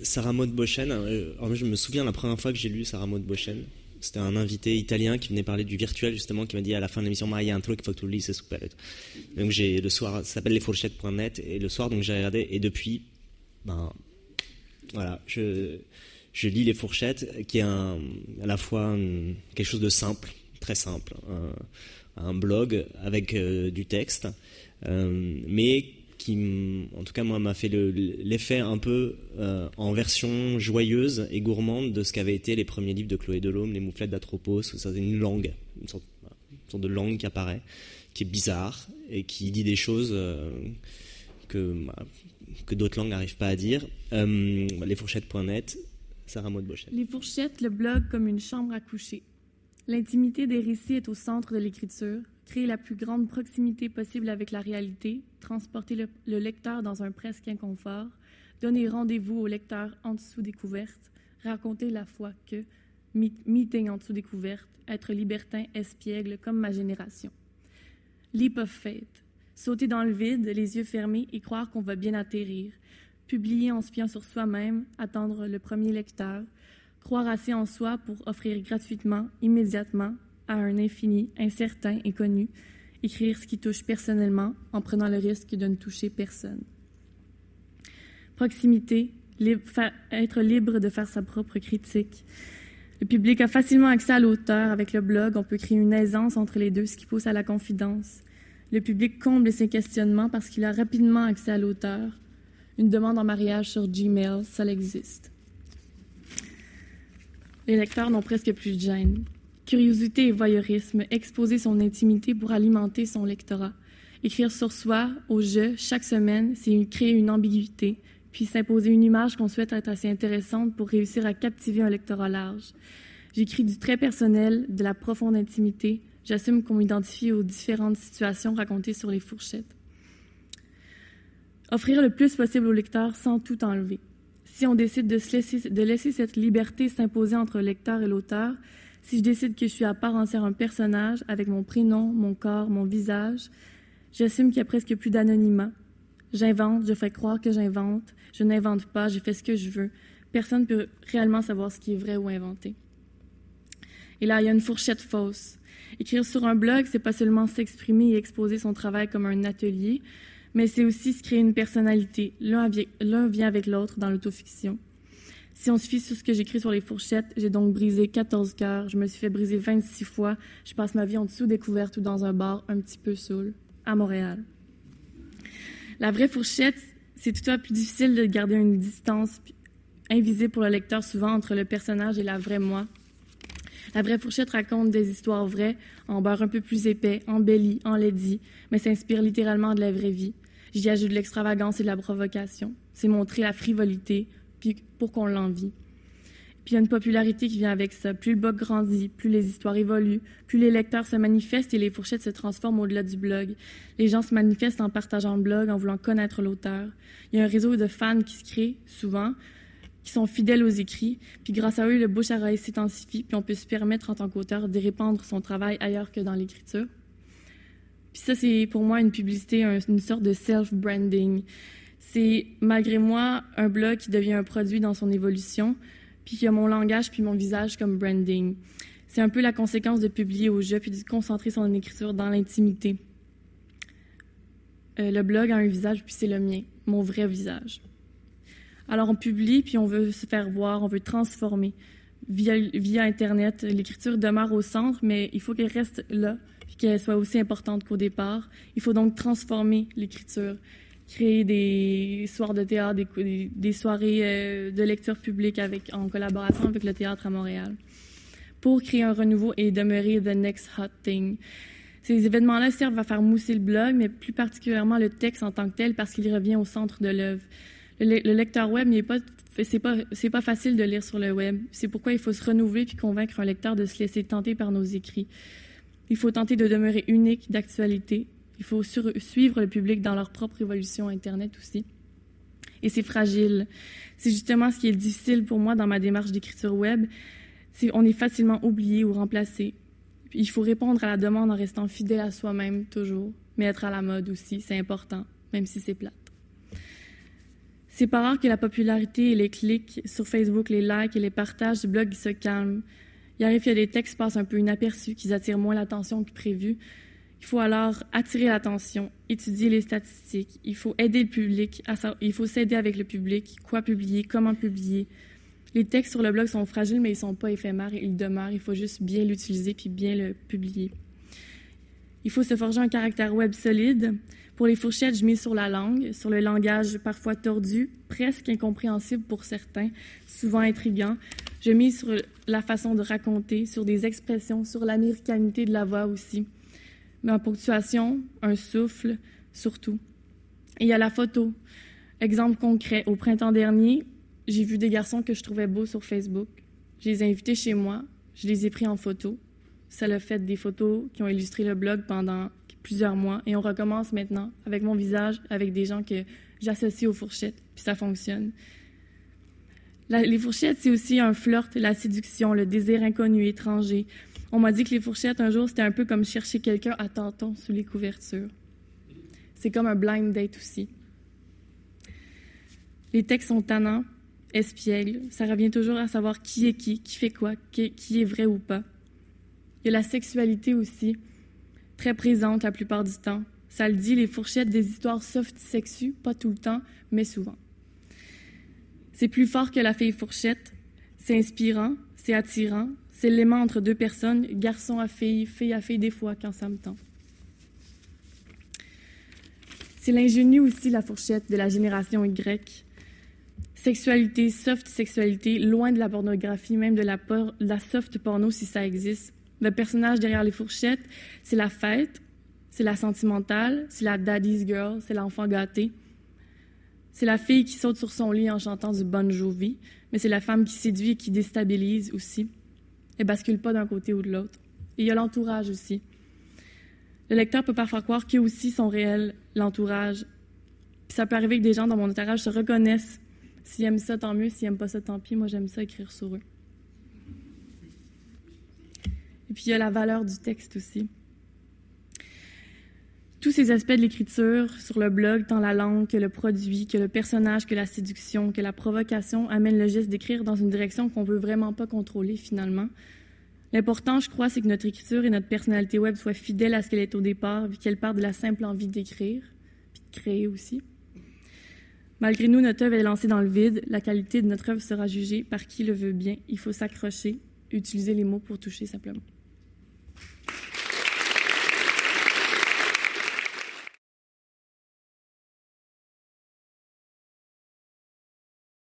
Sarah Maud Boschen. Alors, je me souviens la première fois que j'ai lu Sarah Maud Boschen. C'était un invité italien qui venait parler du virtuel, justement, qui m'a dit à la fin de l'émission, il y a un truc, il faut que tu le lises, c'est super. Donc le soir, ça s'appelle lesfourchettes.net, et le soir, donc j'ai regardé, et depuis, voilà, je lis Les Fourchettes, qui est à la fois quelque chose de simple, très simple, un blog avec du texte, mais qui, en tout cas, moi, m'a fait l'effet un peu en version joyeuse et gourmande de ce qu'avaient été les premiers livres de Chloé Delhomme, Les Mouflettes d'Atropos, où ça, c'est une langue, une sorte de langue qui apparaît, qui est bizarre et qui dit des choses que d'autres langues n'arrivent pas à dire. Lesfourchettes.net, Sarah Maud Boschen. Les Fourchettes, le blog comme une chambre à coucher. L'intimité des récits est au centre de l'écriture. Créer la plus grande proximité possible avec la réalité, transporter le lecteur dans un presque inconfort, donner rendez-vous au lecteur en dessous des couvertes, raconter la foi que, meeting en dessous des couvertes, être libertin, espiègle comme ma génération. Leap of faith, sauter dans le vide, les yeux fermés et croire qu'on va bien atterrir, publier en se fiant sur soi-même, attendre le premier lecteur, croire assez en soi pour offrir gratuitement, immédiatement, à un infini, incertain, inconnu, écrire ce qui touche personnellement en prenant le risque de ne toucher personne. Proximité, être libre de faire sa propre critique. Le public a facilement accès à l'auteur. Avec le blog, on peut créer une aisance entre les deux, ce qui pousse à la confidence. Le public comble ses questionnements parce qu'il a rapidement accès à l'auteur. Une demande en mariage sur Gmail, ça existe. Les lecteurs n'ont presque plus de gêne. Curiosité et voyeurisme, exposer son intimité pour alimenter son lectorat. Écrire sur soi, au jeu, chaque semaine, c'est créer une ambiguïté, puis s'imposer une image qu'on souhaite être assez intéressante pour réussir à captiver un lectorat large. J'écris du très personnel, de la profonde intimité. J'assume qu'on m'identifie aux différentes situations racontées sur les fourchettes. Offrir le plus possible au lecteur sans tout enlever. Si on décide de laisser cette liberté s'imposer entre le lecteur et l'auteur, si je décide que je suis à part entière un personnage avec mon prénom, mon corps, mon visage, j'assume qu'il n'y a presque plus d'anonymat. J'invente, je fais croire que j'invente, je n'invente pas, je fais ce que je veux. Personne ne peut réellement savoir ce qui est vrai ou inventé. Et là, il y a une fourchette fausse. Écrire sur un blog, c'est pas seulement s'exprimer et exposer son travail comme un atelier, mais c'est aussi se créer une personnalité. L'un vient avec l'autre dans l'autofiction. Si on se fie sur ce que j'écris sur les fourchettes, j'ai donc brisé 14 cœurs, je me suis fait briser 26 fois, je passe ma vie en dessous des couvertes ou dans un bar un petit peu saoul, à Montréal. La vraie fourchette, c'est toutefois plus difficile de garder une distance invisible pour le lecteur souvent entre le personnage et la vraie moi. La vraie fourchette raconte des histoires vraies, en beurre un peu plus épais, embelli, enlaidi, mais s'inspire littéralement de la vraie vie. J'y ajoute de l'extravagance et de la provocation. C'est montrer la frivolité, puis pour qu'on l'envie. Puis il y a une popularité qui vient avec ça. Plus le blog grandit, plus les histoires évoluent, plus les lecteurs se manifestent et les fourchettes se transforment au-delà du blog. Les gens se manifestent en partageant le blog, en voulant connaître l'auteur. Il y a un réseau de fans qui se crée, souvent, qui sont fidèles aux écrits, puis grâce à eux, le bouche à oreille s'intensifie, puis on peut se permettre en tant qu'auteur de répandre son travail ailleurs que dans l'écriture. Puis ça, c'est pour moi une publicité, une sorte de self-branding. C'est, malgré moi, un blog qui devient un produit dans son évolution, puis qui a mon langage puis mon visage comme branding. C'est un peu la conséquence de publier au jeu puis de concentrer son écriture dans l'intimité. Le blog a un visage, puis c'est le mien, mon vrai visage. Alors on publie, puis on veut se faire voir, on veut transformer. Via Internet, l'écriture demeure au centre, mais il faut qu'elle reste là, puis qu'elle soit aussi importante qu'au départ. Il faut donc transformer l'écriture, créer des soirs de théâtre, des soirées de lecture publique en collaboration avec le théâtre à Montréal, pour créer un renouveau et demeurer the next hot thing. Ces événements-là servent à faire mousser le blog, mais plus particulièrement le texte en tant que tel, parce qu'il revient au centre de l'œuvre. Le lecteur web, c'est pas facile de lire sur le web. C'est pourquoi il faut se renouveler puis convaincre un lecteur de se laisser tenter par nos écrits. Il faut tenter de demeurer unique, d'actualité. Il faut suivre le public dans leur propre évolution Internet aussi. Et c'est fragile. C'est justement ce qui est difficile pour moi dans ma démarche d'écriture web. On est facilement oublié ou remplacé. Il faut répondre à la demande en restant fidèle à soi-même toujours, mais être à la mode aussi, c'est important, même si c'est plate. C'est pas rare que la popularité et les clics sur Facebook, les likes et les partages du blog se calment. Il arrive que des textes passent un peu inaperçus, qu'ils attirent moins l'attention que prévu. Il faut alors attirer l'attention, étudier les statistiques. Il faut aider le public, il faut s'aider avec le public, quoi publier, comment publier. Les textes sur le blog sont fragiles, mais ils ne sont pas éphémères, ils demeurent. Il faut juste bien l'utiliser puis bien le publier. Il faut se forger un caractère web solide. Pour les fourchettes, je mise sur la langue, sur le langage parfois tordu, presque incompréhensible pour certains, souvent intriguant. Je mise sur la façon de raconter, sur des expressions, sur l'américanité de la voix aussi. Ma ponctuation, un souffle, surtout. Et il y a la photo. Exemple concret, au printemps dernier, j'ai vu des garçons que je trouvais beaux sur Facebook. Je les ai invités chez moi, je les ai pris en photo. Ça a fait des photos qui ont illustré le blog pendant plusieurs mois. Et on recommence maintenant avec mon visage, avec des gens que j'associe aux fourchettes, puis ça fonctionne. Les fourchettes, c'est aussi un flirt, la séduction, le désir inconnu, étranger. On m'a dit que les fourchettes, un jour, c'était un peu comme chercher quelqu'un à tâtons sous les couvertures. C'est comme un blind date aussi. Les textes sont tannants, espiègles. Ça revient toujours à savoir qui est qui fait quoi, qui est vrai ou pas. Il y a la sexualité aussi, très présente la plupart du temps. Ça le dit, les fourchettes, des histoires soft sexues, pas tout le temps, mais souvent. C'est plus fort que la fille fourchette, c'est inspirant, c'est attirant, c'est l'aimant entre deux personnes, garçon à fille à fille des fois quand ça me tente. C'est l'ingénu aussi, la fourchette de la génération Y. Sexualité, soft sexualité, loin de la pornographie, même de la soft porno si ça existe. Le personnage derrière les fourchettes, c'est la fête, c'est la sentimentale, c'est la daddy's girl, c'est l'enfant gâté. C'est la fille qui saute sur son lit en chantant du Bon Jovi, mais c'est la femme qui séduit et qui déstabilise aussi. Elle bascule pas d'un côté ou de l'autre. Et il y a l'entourage aussi. Le lecteur peut parfois croire qu'eux aussi sont réels, l'entourage. Puis ça peut arriver que des gens dans mon entourage se reconnaissent. S'ils aiment ça, tant mieux. S'ils n'aiment pas ça, tant pis. Moi, j'aime ça écrire sur eux. Et puis, il y a la valeur du texte aussi. Tous ces aspects de l'écriture sur le blog, tant la langue que le produit, que le personnage, que la séduction, que la provocation, amènent le geste d'écrire dans une direction qu'on ne veut vraiment pas contrôler finalement. L'important, je crois, c'est que notre écriture et notre personnalité web soient fidèles à ce qu'elle est au départ, puis qu'elle parte de la simple envie d'écrire, puis de créer aussi. Malgré nous, notre œuvre est lancée dans le vide. La qualité de notre œuvre sera jugée par qui le veut bien. Il faut s'accrocher, utiliser les mots pour toucher simplement.